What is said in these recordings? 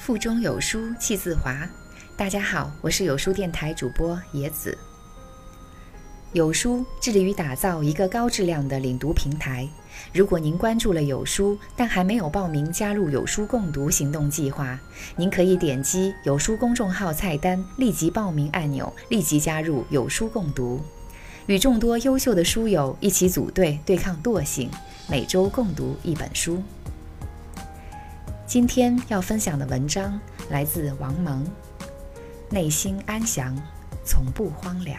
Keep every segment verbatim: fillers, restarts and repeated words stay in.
腹中有书气自华。大家好，我是有书电台主播野子。有书致力于打造一个高质量的领读平台。如果您关注了有书，但还没有报名加入有书共读行动计划，您可以点击有书公众号菜单立即报名按钮，立即加入有书共读，与众多优秀的书友一起组队对抗惰性，每周共读一本书。今天要分享的文章来自王蒙，内心安详，从不荒凉。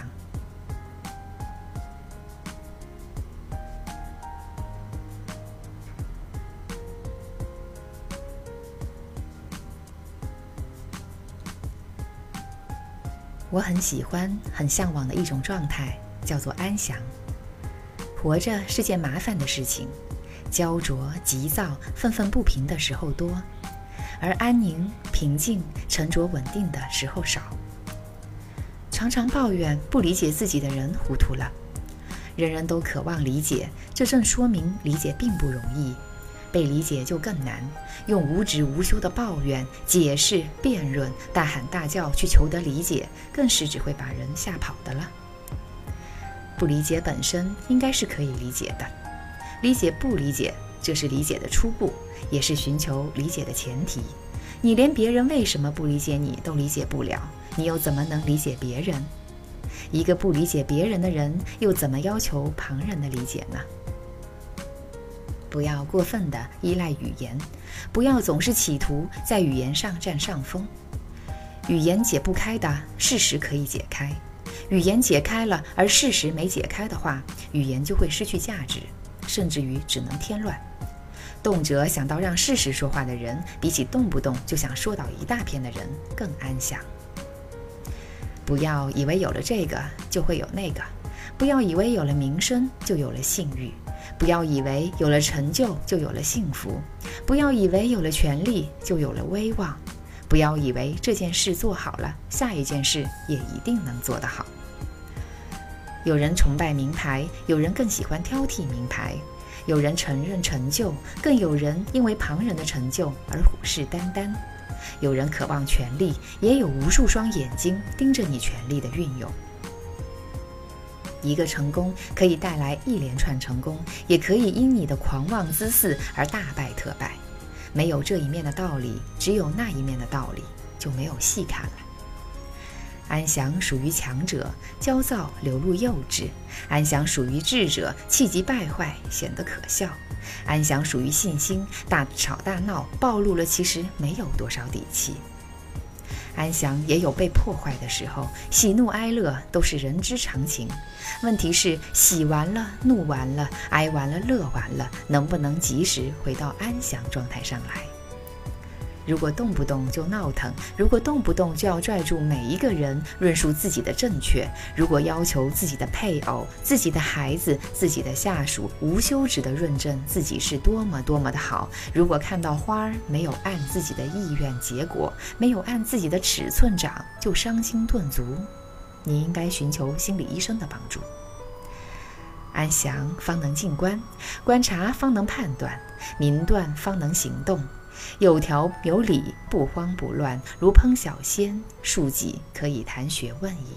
我很喜欢很向往的一种状态，叫做安详。活着是件麻烦的事情，焦灼、急躁、愤愤不平的时候多，而安宁、平静、沉着稳定的时候少。常常抱怨不理解自己的人糊涂了，人人都渴望理解，这正说明理解并不容易，被理解就更难。用无止无休的抱怨、解释、辩论、大喊大叫去求得理解，更是只会把人吓跑的了。不理解本身应该是可以理解的，理解不理解，这是理解的初步，也是寻求理解的前提。你连别人为什么不理解你都理解不了，你又怎么能理解别人？一个不理解别人的人，又怎么要求旁人的理解呢？不要过分地依赖语言，不要总是企图在语言上占上风。语言解不开的，事实可以解开；语言解开了，而事实没解开的话，语言就会失去价值，甚至于只能添乱。动辄想到让事实说话的人，比起动不动就想说倒一大片的人更安详。不要以为有了这个就会有那个，不要以为有了名声就有了信誉，不要以为有了成就就有了幸福，不要以为有了权力就有了威望，不要以为这件事做好了，下一件事也一定能做得好。有人崇拜名牌，有人更喜欢挑剔名牌；有人承认成就，更有人因为旁人的成就而虎视眈眈；有人渴望权力，也有无数双眼睛盯着你权力的运用。一个成功可以带来一连串成功，也可以因你的狂妄滋事而大败特败。没有这一面的道理，只有那一面的道理，就没有细看了。安详属于强者，焦躁流露幼稚；安详属于智者，气急败坏显得可笑；安详属于信心，大吵大闹暴露了其实没有多少底气。安详也有被破坏的时候，喜怒哀乐都是人之常情。问题是喜完了，怒完了，哀完了，乐完了，能不能及时回到安详状态上来？如果动不动就闹腾，如果动不动就要拽住每一个人论述自己的正确，如果要求自己的配偶、自己的孩子、自己的下属无休止地论证自己是多么多么的好，如果看到花儿没有按自己的意愿结果，没有按自己的尺寸长，就伤心顿足，你应该寻求心理医生的帮助。安详方能静观，观察方能判断，明断方能行动。有条有理，不慌不乱，如烹小鲜，庶几可以谈学问矣。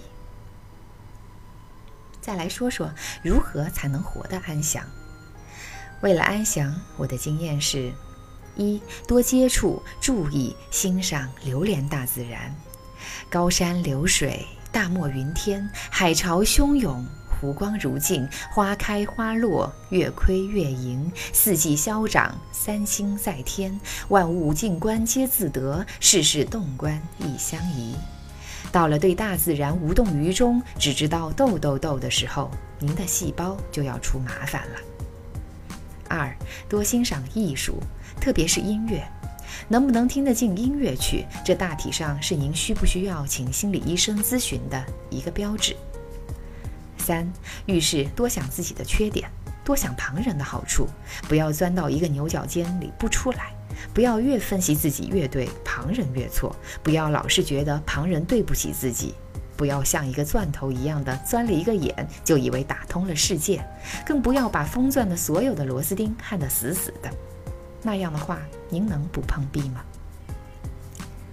再来说说如何才能活得安详。为了安详，我的经验是：一、多接触、注意、欣赏、流连大自然。高山流水，大漠云天，海潮汹涌，湖光如镜，花开花落，月亏月盈，四季消长，三星在天，万物静观皆自得，事事动观亦相宜。到了对大自然无动于衷，只知道斗斗斗的时候，您的细胞就要出麻烦了。二、多欣赏艺术，特别是音乐。能不能听得进音乐去，这大体上是您需不需要请心理医生咨询的一个标志。三、遇事多想自己的缺点，多想旁人的好处，不要钻到一个牛角尖里不出来，不要越分析自己越对，旁人越错，不要老是觉得旁人对不起自己，不要像一个钻头一样的钻了一个眼就以为打通了世界，更不要把封钻的所有的螺丝钉焊得死死的，那样的话您能不碰壁吗？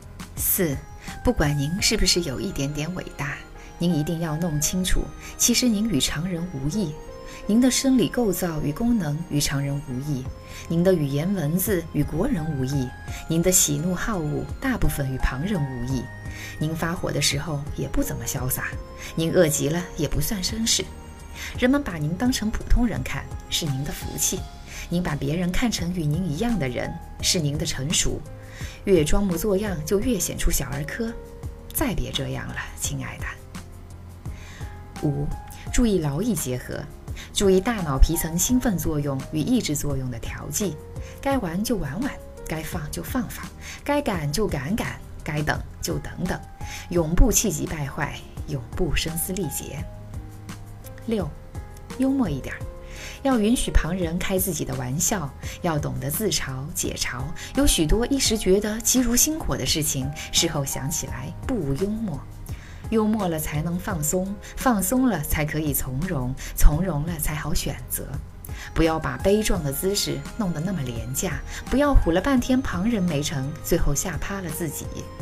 四，不管您是不是有一点点伟大，您一定要弄清楚，其实您与常人无异。您的生理构造与功能与常人无异，您的语言文字与国人无异，您的喜怒好恶大部分与旁人无异。您发火的时候也不怎么潇洒，您饿极了也不算绅士。人们把您当成普通人看，是您的福气；您把别人看成与您一样的人，是您的成熟。越装模作样，就越显出小儿科。再别这样了，亲爱的。五，注意劳逸结合，注意大脑皮层兴奋作用与抑制作用的调剂，该玩就玩玩，该放就放放，该赶就赶赶，该等就等等，永不气急败坏，永不声嘶力竭。六，幽默一点，要允许旁人开自己的玩笑，要懂得自嘲解嘲。有许多一时觉得急如星火的事情，事后想起来不无幽默。幽默了才能放松，放松了才可以从容，从容了才好选择。不要把悲壮的姿势弄得那么廉价，不要唬了半天旁人没成，最后吓趴了自己。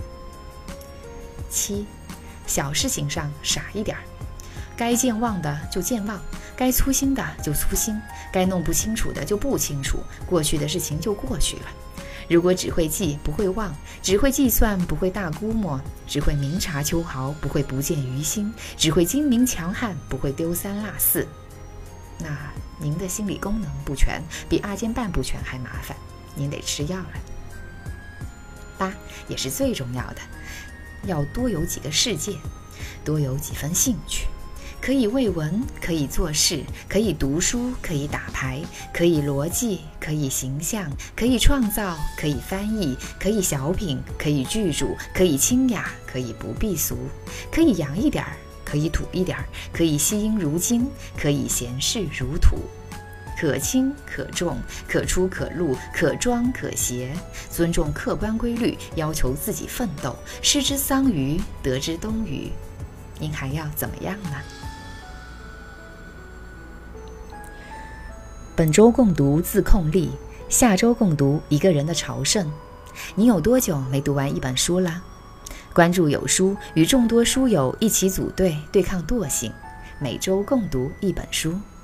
七，小事情上傻一点，该健忘的就健忘，该粗心的就粗心，该弄不清楚的就不清楚，过去的事情就过去了。如果只会记不会忘，只会计算不会大估摸，只会明察秋毫不会不见于心，只会精明强悍不会丢三落四，那您的心理功能不全，比阿煎半不全还麻烦，您得吃药了。八，也是最重要的，要多有几个世界，多有几分兴趣。可以为文，可以做事，可以读书，可以打牌，可以逻辑，可以形象，可以创造，可以翻译，可以小品，可以剧主，可以清雅，可以不避俗，可以洋一点儿，可以土一点儿，可以惜英如金，可以闲事如土，可轻可重，可出可入，可庄可谐，尊重客观规律，要求自己奋斗，失之桑榆，得之东隅。您还要怎么样呢？本周共读自控力，下周共读一个人的朝圣。你有多久没读完一本书了？关注有书，与众多书友一起组队对抗惰性，每周共读一本书。